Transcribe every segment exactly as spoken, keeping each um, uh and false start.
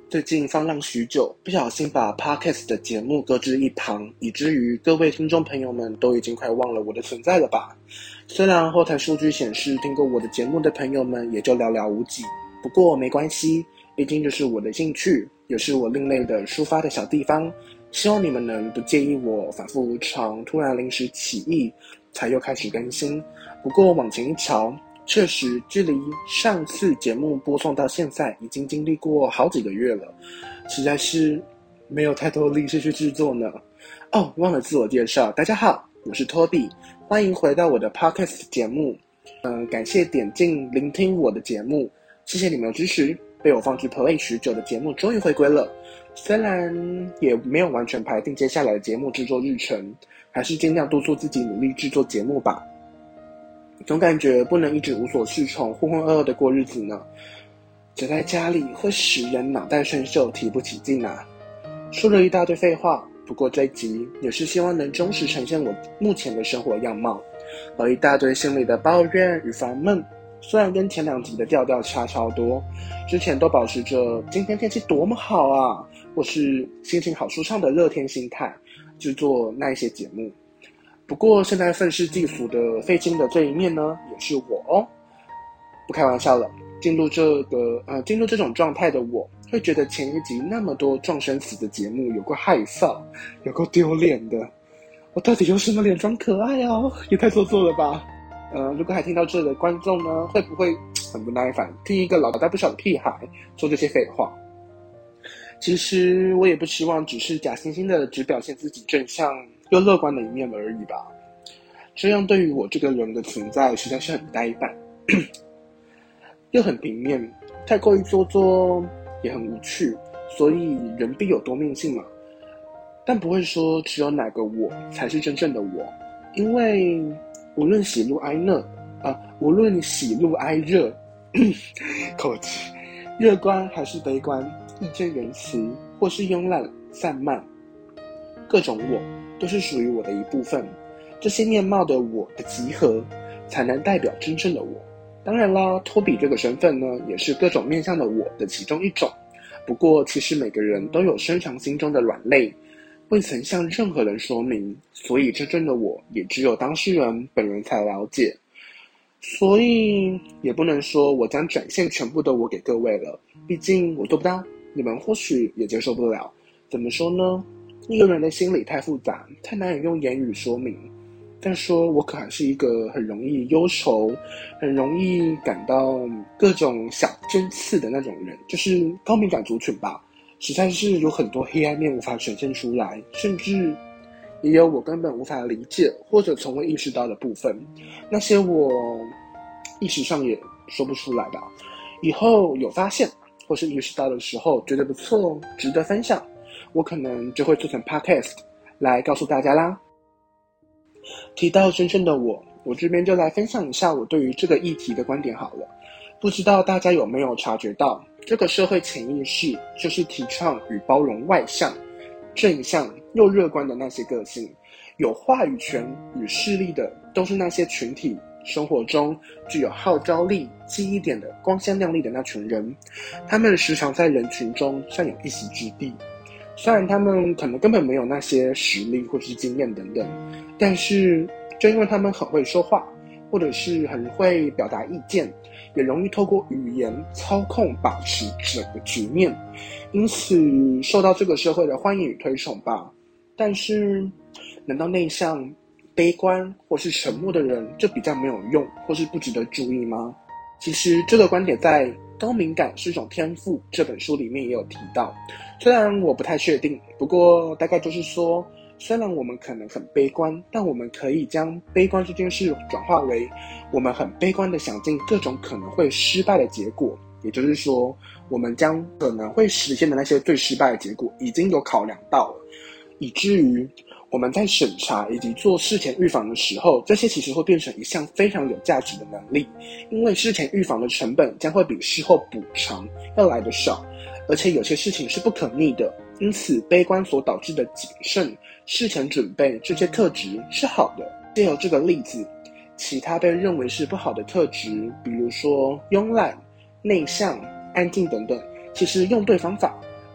最近放浪许久，不小心把 Podcast 的节目搁置一旁，以至于各位听众朋友们都已经快忘了我的存在了吧？虽然后台数据显示听过我的节目的朋友们也就寥寥无几，不过没关系，毕竟这是我的兴趣，也是我另类的抒发的小地方，希望你们能不介意我反复无常，突然临时起意才又开始更新。不过往前一瞧，确实距离上次节目播送到现在已经经历过好几个月了，实在是没有太多力气去制作呢。哦，忘了自我介绍，大家好，我是托比，欢迎回到我的 Podcast 节目。嗯、呃，感谢点进聆听我的节目，谢谢你们的支持。被我放置 play 许久的节目终于回归了，虽然也没有完全排定接下来的节目制作日程，还是尽量督促自己努力制作节目吧。总感觉不能一直无所适从，浑浑噩噩的过日子呢。宅在家里会使人脑袋生锈，提不起劲啊。说了一大堆废话，不过这一集也是希望能忠实呈现我目前的生活样貌，和一大堆心里的抱怨与烦闷。虽然跟前两集的调调差超多，之前都保持着今天天气多么好啊，或是心情好舒畅的乐天心态制作那一些节目。不过现在愤世嫉俗的费劲的这一面呢，也是我哦。不开玩笑了，进入这个呃进入这种状态的我，会觉得前一集那么多撞生死的节目有够害臊，有够丢脸的。我到底有什么脸装可爱啊？也太做作了吧。呃，如果还听到这的观众呢，会不会很不耐烦，听一个老大不小的屁孩说这些废话？其实我也不希望只是假惺惺的只表现自己正向又乐观的一面而已吧。这样对于我这个人的存在实在是很呆板，又很平面，太过于做作也很无趣，所以人必有多面性嘛。但不会说只有哪个我才是真正的我，因为无论喜怒哀乐啊，无论喜怒哀热，口气，乐观还是悲观，义正言辞或是慵懒散漫，各种我都是属于我的一部分。这些面貌的我的集合，才能代表真正的我。当然啦，托比这个身份呢，也是各种面向的我的其中一种。不过，其实每个人都有深藏心中的软肋，未曾向任何人说明，所以真正的我也只有当事人本人才了解。所以也不能说我将展现全部的我给各位了，毕竟我做不到，你们或许也接受不了。怎么说呢？一个人的心理太复杂，太难以用言语说明。但说我可还是一个很容易忧愁，很容易感到各种小针刺的那种人，就是高敏感族群吧。实在是有很多黑暗面无法呈现出来，甚至也有我根本无法理解或者从未意识到的部分，那些我一时上也说不出来吧。以后有发现或是意识到的时候，觉得不错，值得分享，我可能就会做成 podcast 来告诉大家啦。提到真正的我，我这边就来分享一下我对于这个议题的观点好了。不知道大家有没有察觉到，这个社会潜意识就是提倡与包容外向、正向又乐观的那些个性，有话语权与势力的都是那些群体生活中具有号召力、记忆点的光鲜亮丽的那群人，他们时常在人群中占有一席之地。虽然他们可能根本没有那些实力或是经验等等，但是就因为他们很会说话，或者是很会表达意见，也容易透过语言操控把持整个局面，因此受到这个社会的欢迎与推崇吧。但是难道内向、悲观或是沉默的人就比较没有用或是不值得注意吗？其实这个观点在《高敏感是一种天赋》这本书里面也有提到，虽然我不太确定，不过大概就是说，虽然我们可能很悲观，但我们可以将悲观这件事转化为我们很悲观的想尽各种可能会失败的结果，也就是说，我们将可能会实现的那些最失败的结果已经有考量到了，以至于我们在审查以及做事前预防的时候，这些其实会变成一项非常有价值的能力，因为事前预防的成本将会比事后补偿要来得少，而且有些事情是不可逆的，因此悲观所导致的谨慎、事前准备这些特质是好的。借由这个例子，其他被认为是不好的特质，比如说慵懒、内向、安静等等，其实用对方法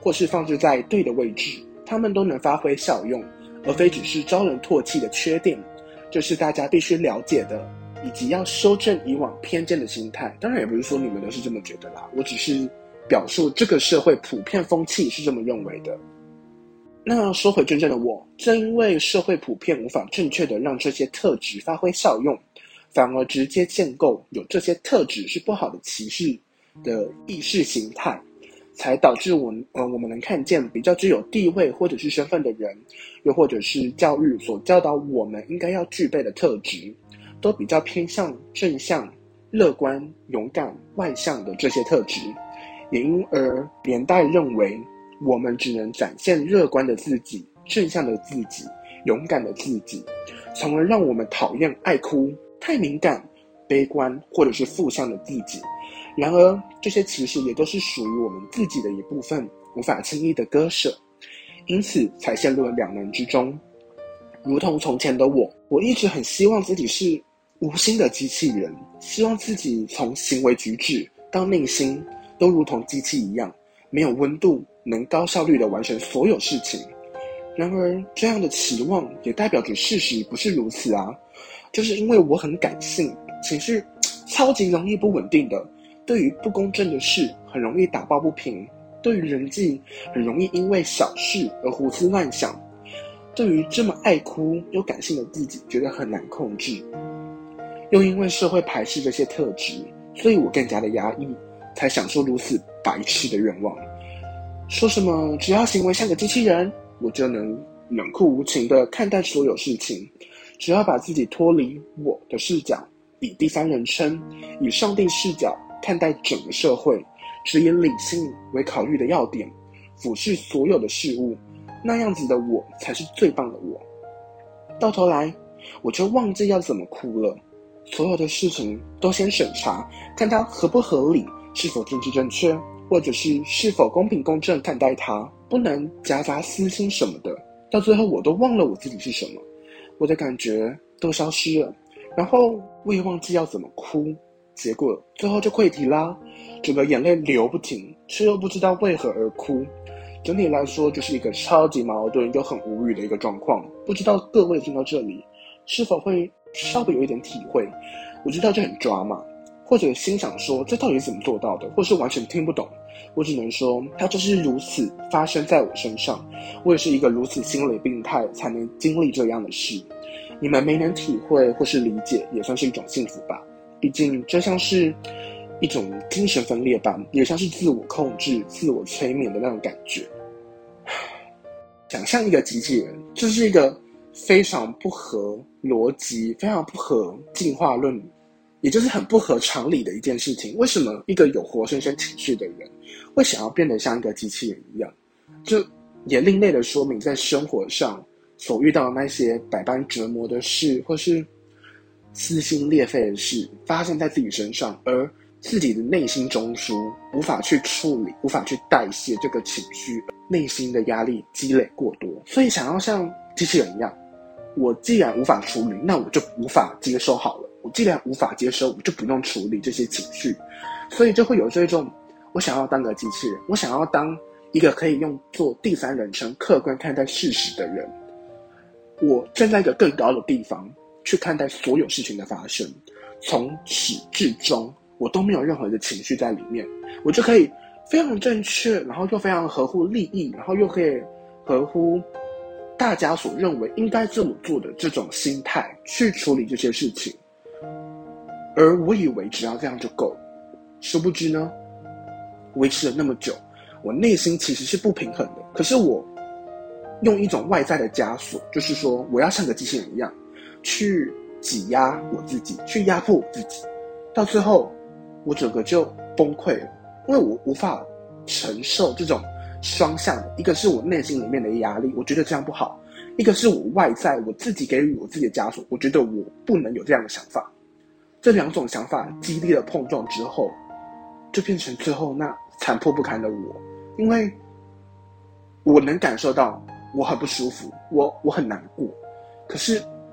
或是放置在对的位置，它们都能发挥效用，而非只是招人唾弃的缺点。这是大家必须了解的，以及要修正以往偏见的心态。当然也不是说你们都是这么觉得啦，我只是表述这个社会普遍风气是这么认为的。那说回真正的我，正因为社会普遍无法正确的让这些特质发挥效用，反而直接建构有这些特质是不好的歧视的意识形态，才导致我呃我们能看见比较具有地位或者是身份的人，又或者是教育所教导我们应该要具备的特质，都比较偏向正向、乐观、勇敢、外向的这些特质，也因而连带认为我们只能展现乐观的自己、正向的自己、勇敢的自己，从而让我们讨厌爱哭、太敏感、悲观或者是负向的自己。然而这些其实也都是属于我们自己的一部分，无法轻易的割舍，因此才陷入了两难之中。如同从前的我，我一直很希望自己是无心的机器人，希望自己从行为举止到内心都如同机器一样，没有温度，能高效率的完成所有事情。然而这样的期望也代表着事实不是如此啊，就是因为我很感性，情绪超级容易不稳定的，对于不公正的事很容易打抱不平，对于人际很容易因为小事而胡思乱想，对于这么爱哭又感性的自己觉得很难控制。又因为社会排斥这些特质，所以我更加的压抑，才想出如此白痴的愿望，说什么只要行为像个机器人，我就能冷酷无情的看待所有事情，只要把自己脱离我的视角，以第三人称，以上帝视角看待整个社会，只以理性为考虑的要点，俯视所有的事物，那样子的我才是最棒的我。到头来我就忘记要怎么哭了，所有的事情都先审查，看它合不合理，是否政治正确，或者是是否公平公正看待它，不能夹杂私心什么的。到最后我都忘了我自己是什么，我的感觉都消失了，然后我也忘记要怎么哭，结果最后就溃堤啦，整个眼泪流不停，却又不知道为何而哭。整体来说就是一个超级矛盾又很无语的一个状况。不知道各位听到这里是否会稍微有一点体会，我知道这很抓马，或者心想说这到底是怎么做到的，或是完全听不懂。我只能说它就是如此发生在我身上，我也是一个如此心理病态才能经历这样的事。你们没能体会或是理解也算是一种幸福吧，毕竟这像是一种精神分裂般，也像是自我控制、自我催眠的那种感觉。想象一个机器人，这是一个非常不合逻辑、非常不合进化论，也就是很不合常理的一件事情。为什么一个有活生生情绪的人会想要变得像一个机器人一样？这也另类的说明在生活上所遇到的那些百般折磨的事，或是撕心裂肺的事发生在自己身上，而自己的内心中枢无法去处理，无法去代谢这个情绪，内心的压力积累过多，所以想要像机器人一样，我既然无法处理，那我就无法接受好了，我既然无法接受，我就不用处理这些情绪，所以就会有这种我想要当个机器人，我想要当一个可以用做第三人称客观看待事实的人，我站在一个更高的地方去看待所有事情的发生，从始至终我都没有任何的情绪在里面，我就可以非常正确，然后又非常合乎利益，然后又可以合乎大家所认为应该这么做的这种心态去处理这些事情。而我以为只要这样就够了，殊不知呢，维持了那么久，我内心其实是不平衡的。可是我用一种外在的枷锁，就是说我要像个机器人一样去挤压我自己，去压迫我自己，到最后我整个就崩溃了，因为我无法承受这种双向的，一个是我内心里面的压力，我觉得这样不好，一个是我外在我自己给予我自己的枷锁，我觉得我不能有这样的想法。这两种想法激烈的碰撞之后，就变成最后那残破不堪的我。因为我能感受到我很不舒服，我我很难过，可是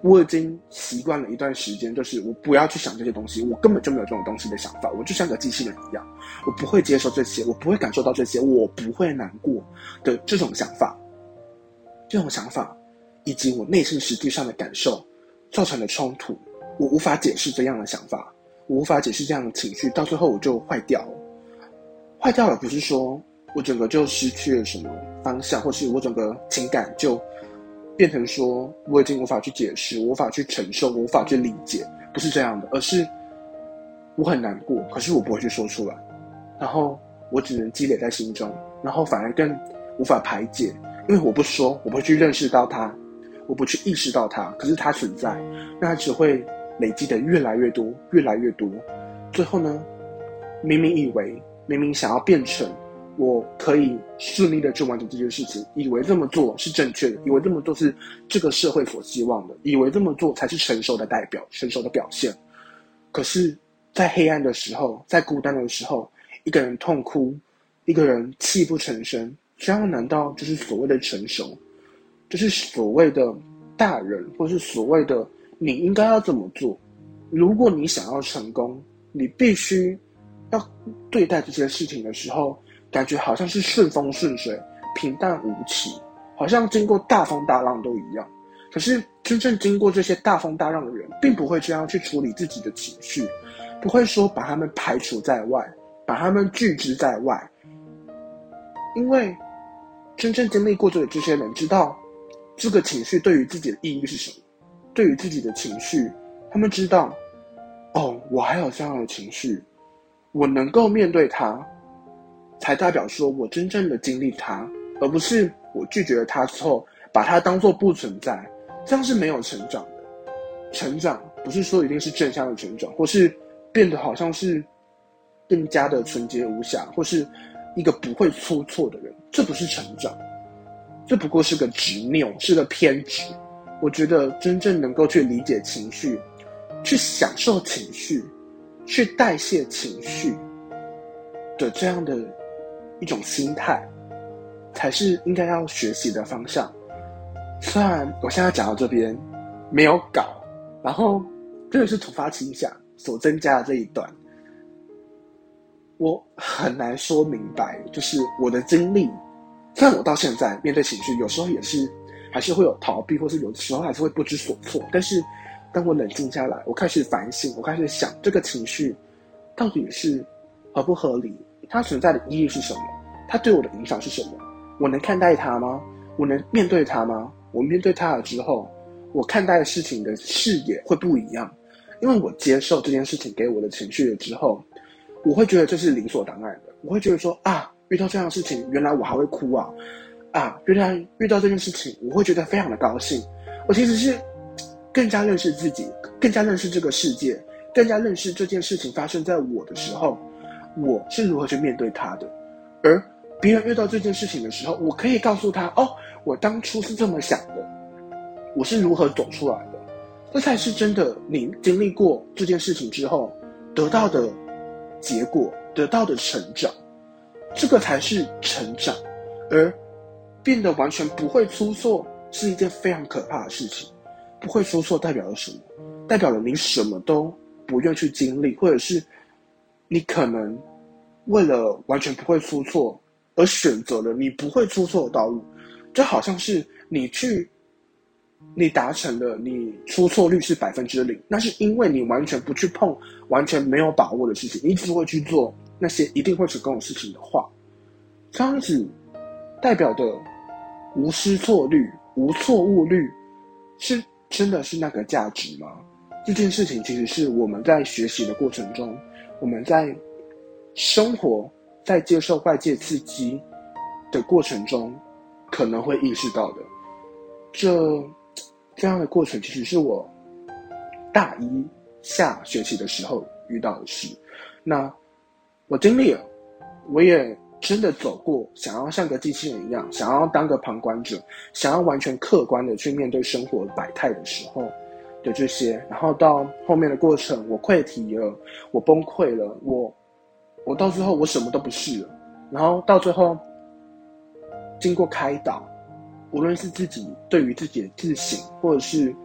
我已经习惯了一段时间，就是我不要去想这些东西，我根本就没有这种东西的想法，我就像个机器人一样，我不会接受这些，我不会感受到这些，我不会难过的这种想法，这种想法以及我内心实际上的感受造成了冲突，我无法解释这样的想法，我无法解释这样的情绪，到最后我就坏掉了。坏掉了不是说我整个就失去了什么方向，或是我整个情感就变成说我已经无法去解释，我无法去承受，我无法去理解，不是这样的，而是我很难过，可是我不会去说出来，然后我只能积累在心中，然后反而更无法排解，因为我不说，我不会去认识到它，我不去意识到它，可是它存在，那它只会累积的越来越多，越来越多，最后呢，明明以为，明明想要变成我可以顺利的去完成这件事情，以为这么做是正确的，以为这么做是这个社会所希望的，以为这么做才是成熟的代表，成熟的表现。可是在黑暗的时候，在孤单的时候，一个人痛哭，一个人泣不成声，这样难道就是所谓的成熟？就是所谓的大人，或是所谓的你应该要怎么做？如果你想要成功，你必须要对待这些事情的时候，感觉好像是顺风顺水，平淡无奇，好像经过大风大浪都一样。可是真正经过这些大风大浪的人，并不会这样去处理自己的情绪，不会说把他们排除在外，把他们拒之在外。因为真正经历过这这些人知道这个情绪对于自己的意义是什么，对于自己的情绪，他们知道，哦，我还有这样的情绪，我能够面对它，才代表说我真正的经历它，而不是我拒绝了它之后，把它当作不存在，这样是没有成长的。成长不是说一定是正向的成长，或是变得好像是更加的纯洁无瑕，或是一个不会出错的人，这不是成长，这不过是个执拗，是个偏执。我觉得真正能够去理解情绪，去享受情绪，去代谢情绪的这样的一种心态，才是应该要学习的方向。虽然我现在讲到这边没有稿，然后真的是突发奇想所增加的这一段，我很难说明白，就是我的经历。虽然我到现在面对情绪，有时候也是还是会有逃避，或是有时候还是会不知所措，但是当我冷静下来，我开始反省，我开始想这个情绪到底是合不合理，它存在的意义是什么，它对我的影响是什么，我能看待它吗？我能面对它吗？我面对它了之后，我看待的事情的视野会不一样，因为我接受这件事情给我的情绪了之后，我会觉得这是理所当然的，我会觉得说啊，遇到这样的事情，原来我还会哭啊，啊，原来遇到这件事情，我会觉得非常的高兴。我其实是更加认识自己，更加认识这个世界，更加认识这件事情发生在我的时候，我是如何去面对它的。而别人遇到这件事情的时候，我可以告诉他，哦，我当初是这么想的，我是如何走出来的。这才是真的你经历过这件事情之后得到的结果，得到的成长，这个才是成长。而变得完全不会出错是一件非常可怕的事情。不会出错代表了什么？代表了你什么都不愿去经历，或者是你可能为了完全不会出错而选择了你不会出错的道路。就好像是你去你达成了你出错率是百分之零，那是因为你完全不去碰完全没有把握的事情，你只会去做那些一定会成功的事情的话，这样子代表的无失错率、无错误率，是真的是那个价值吗？这件事情其实是我们在学习的过程中，我们在生活、在接受外界刺激的过程中可能会意识到的。这这样的过程其实是我大一下学期的时候遇到的事。那我经历了，我也真的走过想要像个机器人一样，想要当个旁观者，想要完全客观的去面对生活百态的时候的这些，然后到后面的过程，我溃堤了，我崩溃了，我我到最后我什么都不是了，然后到最后经过开导，无论是自己对于自己的自省，或者是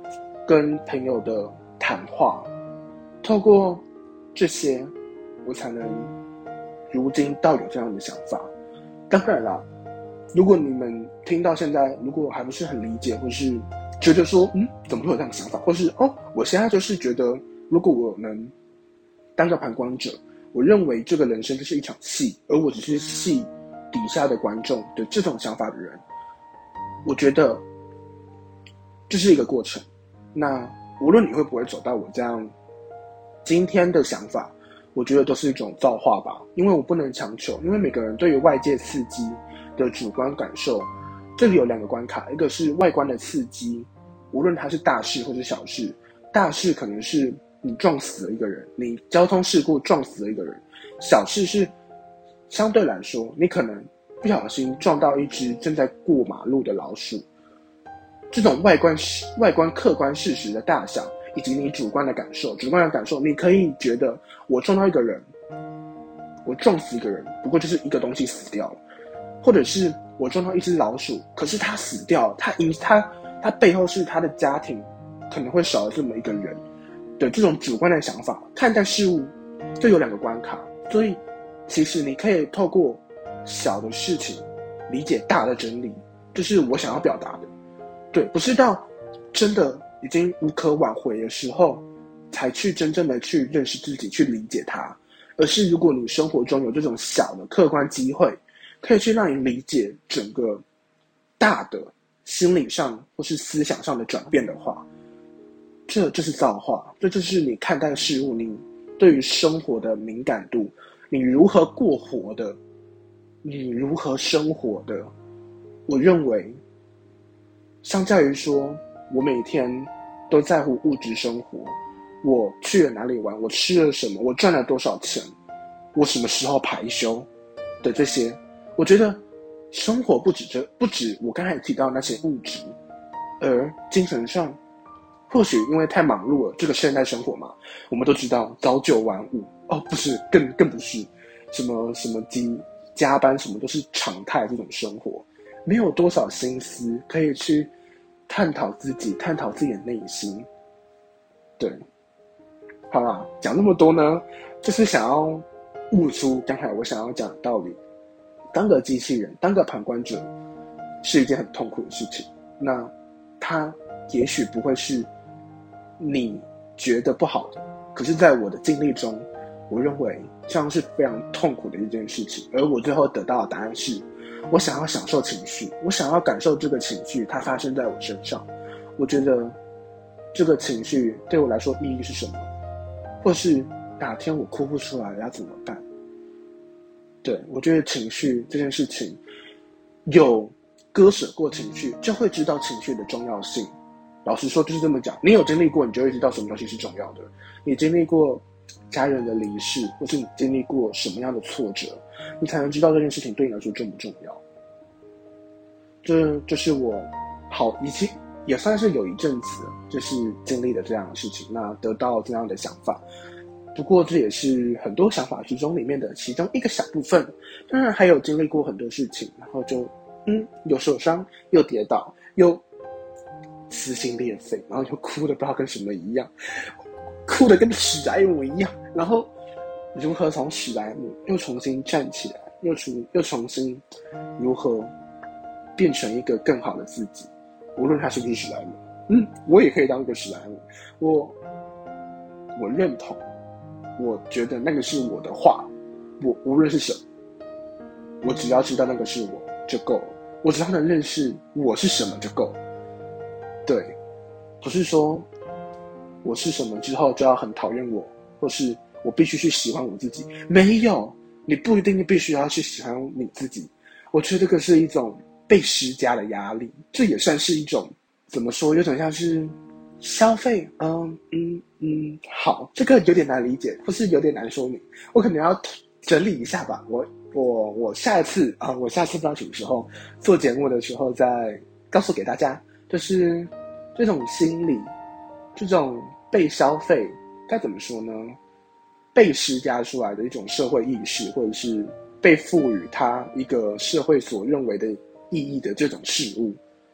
跟朋友的谈话，透过这些，我才能如今到有这样的想法。当然啦，如果你们听到现在，如果还不是很理解，或是觉得说，嗯，怎么会有这样的想法，或是哦，我现在就是觉得，如果我能当个旁观者，我认为这个人生就是一场戏，而我只是戏底下的观众的这种想法的人，我觉得这是一个过程。那无论你会不会走到我这样今天的想法，我觉得都是一种造化吧，因为我不能强求，因为每个人对于外界刺激的主观感受，这里有两个关卡，一个是外观的刺激，无论它是大事或是小事，大事可能是你撞死了一个人，你交通事故撞死了一个人，小事是相对来说，你可能不小心撞到一只正在过马路的老鼠，这种外观外观客观事实的大小，以及你主观的感受，主观的感受，你可以觉得我撞到一个人，我撞死一个人，不过就是一个东西死掉了，或者是我撞到一只老鼠，可是它死掉了，它因它它背后是它的家庭可能会少了这么一个人的这种主观的想法，看待事物就有两个关卡，所以其实你可以透过小的事情理解大的真理，这是我想要表达的。对，不是到真的已经无可挽回的时候才去真正的去认识自己，去理解它，而是如果你生活中有这种小的客观机会，可以去让你理解整个大的心理上或是思想上的转变的话，这就是造化，这就是你看待事物，你对于生活的敏感度，你如何过活的，你如何生活的。我认为相较于说我每天都在乎物质生活，我去了哪里玩，我吃了什么，我赚了多少钱，我什么时候排休的这些，我觉得生活不止这不止我刚才提到那些物质，而精神上或许因为太忙碌了，这个现代生活嘛，我们都知道早九晚五，哦不是，更更不是什么什么加班，什么都是常态，这种生活没有多少心思可以去探讨自己，探讨自己的内心。对，好啦，讲那么多呢，就是想要悟出刚才我想要讲的道理。当个机器人，当个旁观者，是一件很痛苦的事情。那它也许不会是你觉得不好的，可是在我的经历中，我认为这样是非常痛苦的一件事情。而我最后得到的答案是，我想要享受情绪，我想要感受这个情绪，它发生在我身上。我觉得这个情绪对我来说意义是什么？或是哪天我哭不出来了要怎么办？对，我觉得情绪这件事情，有割舍过情绪，就会知道情绪的重要性。老实说就是这么讲，你有经历过，你就会知道什么东西是重要的。你经历过家人的离世，或是你经历过什么样的挫折，你才能知道这件事情对你来说重不重要。这就是我好已经也算是有一阵子就是经历了这样的事情，那得到这样的想法。不过这也是很多想法之中里面的其中一个小部分，当然还有经历过很多事情，然后就嗯又受伤，又跌倒，又撕心裂肺，然后又哭得不知道跟什么一样，哭得跟史莱姆一样，然后如何从史莱姆又重新站起来，又重又重新如何变成一个更好的自己，无论他是不是史莱姆，嗯，我也可以当一个史莱姆，我我认同。我觉得那个是我的话，我无论是什么，我只要知道那个是我就够了，我只要能认识我是什么就够了。对，不是说我是什么之后就要很讨厌我，或是我必须去喜欢我自己，没有，你不一定必须要去喜欢你自己。我觉得这个是一种被施加的压力，这也算是一种怎么说，有点像是消费，嗯嗯嗯，好，这个有点难理解，或是有点难说明，我可能要整理一下吧。我我我下一次啊，我下次不知道什么时候做节目的时候再告诉给大家，就是这种心理，这种被消费该怎么说呢？被施加出来的一种社会意识，或者是被赋予它一个社会所认为的意义的这种事物，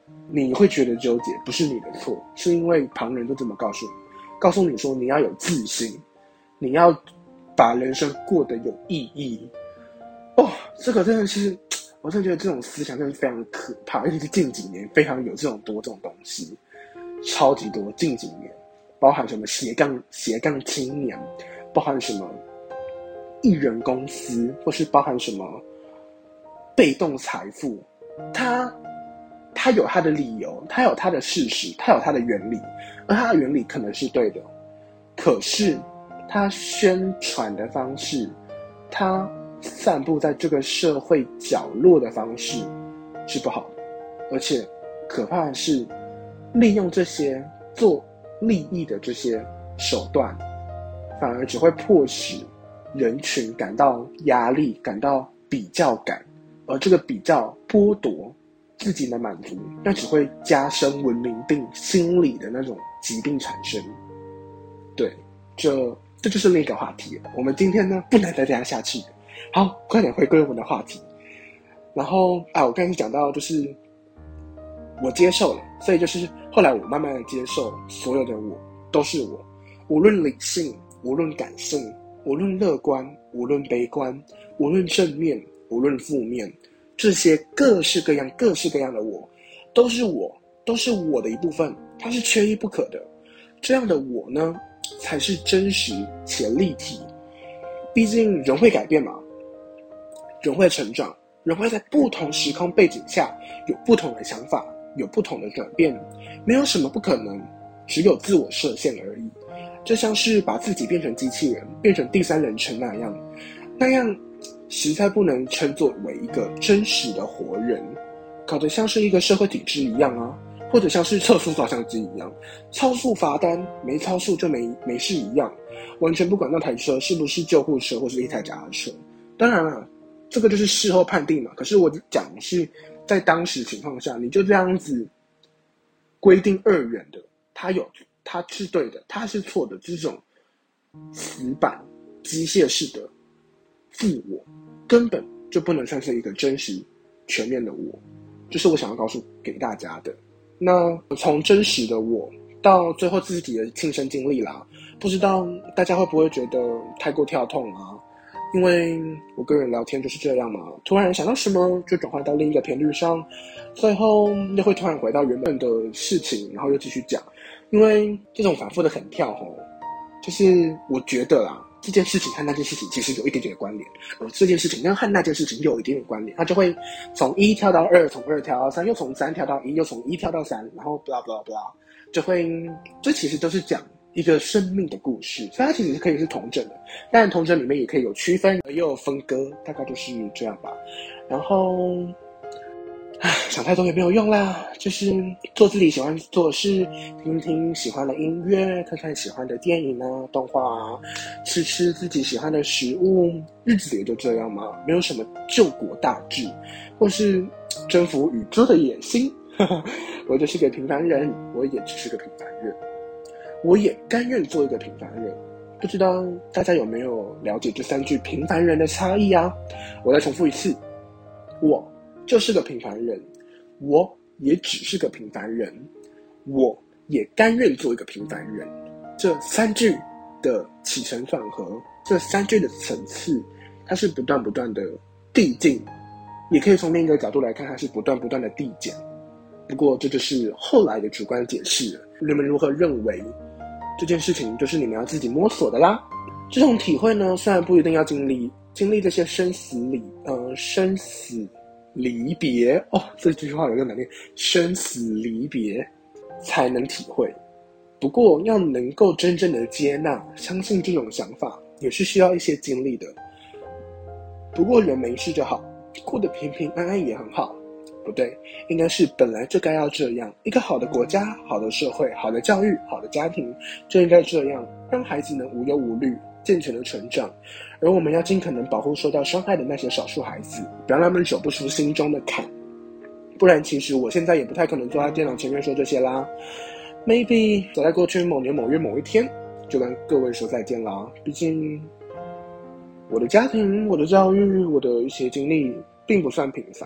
你会觉得纠结，不是你的错，是因为旁人都这么告诉你，告诉你说你要有自信，你要把人生过得有意义。哦，这个真的是，我真的觉得这种思想真的是非常可怕，尤其是近几年非常有这种多这种东西，超级多。近几年，包含什么斜杠斜杠青年，包含什么艺人公司，或是包含什么被动财富，它它有它的理由，它有它的事实，它有它的原理，而它的原理可能是对的，可是它宣传的方式，它散布在这个社会角落的方式是不好的，而且可怕的是，利用这些做利益的这些手段，反而只会迫使人群感到压力，感到比较感，而这个比较剥夺自己的满足，那只会加深文明病心理的那种疾病产生。对，这这就是另一个话题了。我们今天呢，不能再这样下去了。好，快点回归我们的话题。然后啊，我刚才讲到，就是我接受了，所以就是后来我慢慢的接受，所有的我都是我，无论理性，无论感性，无论乐观，无论悲观，无论正面，无论负面，这些各式各样、各式各样的我，都是我，都是我的一部分，它是缺一不可的。这样的我呢，才是真实且立体。毕竟人会改变嘛，人会成长，人会在不同时空背景下有不同的想法，有不同的转变，没有什么不可能，只有自我设限而已。就像是把自己变成机器人，变成第三人称那样，那样实在不能称作为一个真实的活人，搞得像是一个社会体制一样啊，或者像是测速照相机一样，超速罚单，没超速就没没事一样，完全不管那台车是不是救护车或是一台脚踏车。当然了，这个就是事后判定嘛。可是我讲的是在当时情况下，你就这样子规定二元的，他有他是对的，他是错的，这种死板机械式的自我，根本就不能算是一个真实全面的我。这是我想要告诉给大家的。那从真实的我到最后自己的亲身经历啦，不知道大家会不会觉得太过跳痛啊？因为我跟人聊天就是这样嘛，突然想到什么就转换到另一个频率上，最后又会突然回到原本的事情，然后又继续讲。因为这种反复的很跳吼，就是我觉得啦，这件事情和那件事情其实有一点点的关联，而这件事情和那件事情又有一点点关联，它就会从一跳到二，从二跳到三，又从三跳到一，又从一跳到三，然后 blah blah blah， 就会，这其实都是讲一个生命的故事，所以它其实可以是同整的，但同整里面也可以有区分，也有分割，大概就是这样吧。然后唉，想太多也没有用啦，就是做自己喜欢做的事，听听喜欢的音乐，看看喜欢的电影啊、动画啊，吃吃自己喜欢的食物，日子也就这样嘛，没有什么救国大志，或是征服宇宙的野心。我就是个平凡人，我也只是个平凡人，我也甘愿做一个平凡人。不知道大家有没有了解这三句平凡人的差异啊？我再重复一次，我就是个平凡人，我也只是个平凡人，我也甘愿做一个平凡人。这三句的起承转合，这三句的层次，它是不断不断的递进，也可以从另一个角度来看，它是不断不断的递减。不过这就是后来的主观解释了，你们如何认为这件事情，就是你们要自己摸索的啦。这种体会呢，虽然不一定要经历经历这些生死离呃生死离别哦，这句话有个难念，生死离别才能体会。不过要能够真正的接纳、相信这种想法，也是需要一些经历的。不过人没事就好，过得平平安安也很好。不对，应该是本来就该要这样。一个好的国家、好的社会、好的教育、好的家庭，就应该这样，让孩子能无忧无虑、健全的成长。而我们要尽可能保护受到伤害的那些少数孩子，不要让他们走不出心中的坎。不然，其实我现在也不太可能坐在电脑前面说这些啦。Maybe 走在过去某年某月某一天，就跟各位说再见啦。毕竟，我的家庭、我的教育、我的一些经历，并不算平凡。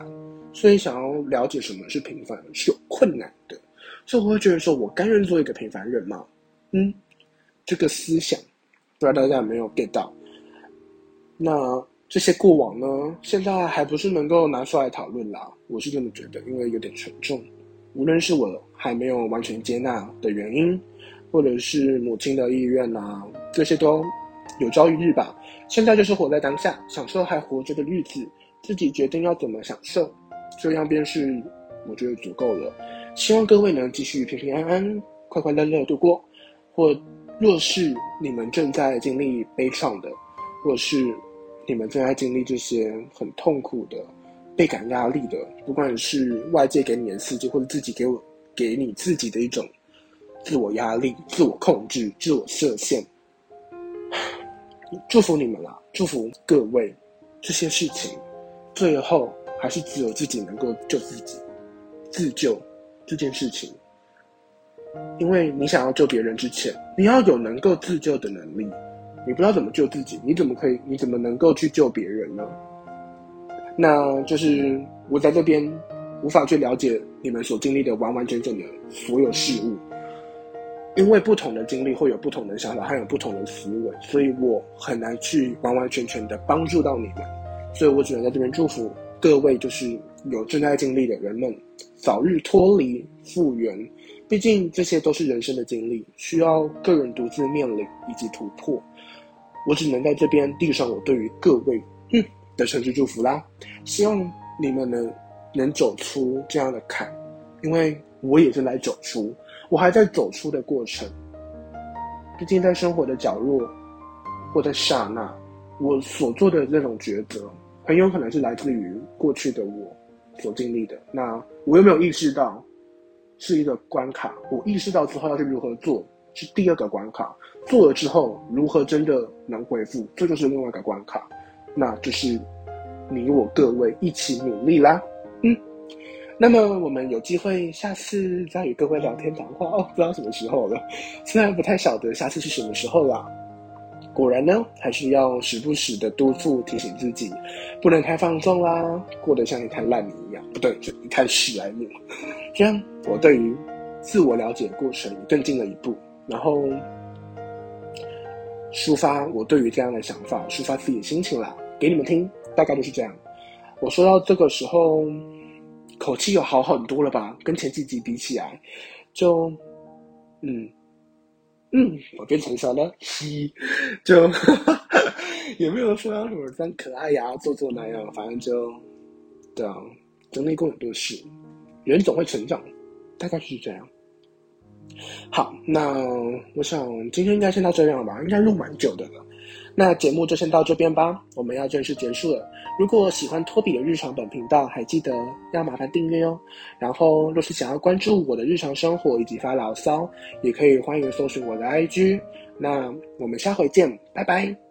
所以想要了解什么是平凡是有困难的，所以我会觉得说，我甘愿做一个平凡人吗？嗯，这个思想不知道大家有没有 get 到。那这些过往呢，现在还不是能够拿出来讨论啦，我是这么觉得，因为有点沉重。无论是我还没有完全接纳的原因，或者是母亲的意愿啊，这些都有朝一日吧。现在就是活在当下，享受还活着的日子，自己决定要怎么享受，这样便是我觉得足够了。希望各位能继续平平安安、快快乐乐度过。或若是你们正在经历悲怆的，或是你们正在经历这些很痛苦的、倍感压力的，不管是外界给你的刺激，或者自己给我给你自己的一种自我压力、自我控制、自我设限，祝福你们啦，祝福各位。这些事情最后还是只有自己能够救自己，自救这件事情。因为你想要救别人之前，你要有能够自救的能力。你不知道怎么救自己，你怎么可以？你怎么能够去救别人呢？那就是我在这边无法去了解你们所经历的完完整整的所有事物，因为不同的经历会有不同的想法，还有不同的思维，所以我很难去完完全全的帮助到你们。所以我只能在这边祝福各位，就是有正在经历的人们，早日脱离复原。毕竟这些都是人生的经历，需要个人独自面临以及突破。我只能在这边递上我对于各位嗯的诚挚祝福啦，希望你们能能走出这样的坎，因为我也正在走出，我还在走出的过程。毕竟在生活的角落或在刹那，我所做的那种抉择，很有可能是来自于过去的我所经历的。那我有没有意识到是一个关卡？我意识到之后要去如何做，是第二个关卡。做了之后如何真的能恢复，这就是另外一个关卡。那就是你我各位一起努力啦。嗯，那么我们有机会下次再与各位聊天谈话哦，不知道什么时候了，虽然不太晓得下次是什么时候啦。果然呢，还是要时不时的督促提醒自己，不能太放纵啦，过得像一滩烂泥一样，不对，就一滩史莱姆。这样我对于自我了解的过程更进了一步，然后抒发我对于这样的想法，抒发自己的心情啦，给你们听，大概就是这样。我说到这个时候，口气有好很多了吧，跟前几集比起来，就嗯。嗯，我变成熟了，嘻，就也没有说要什么像可爱呀、做作那样，反正就对啊，经历过很多事，人总会成长，大概就是这样。好，那我想今天应该先到这样吧，应该录蛮久的了。那节目就先到这边吧，我们要正式结束了。如果喜欢托比的日常本频道，还记得要麻烦订阅哦。然后若是想要关注我的日常生活以及发牢骚，也可以欢迎搜寻我的 I G。那我们下回见，拜拜。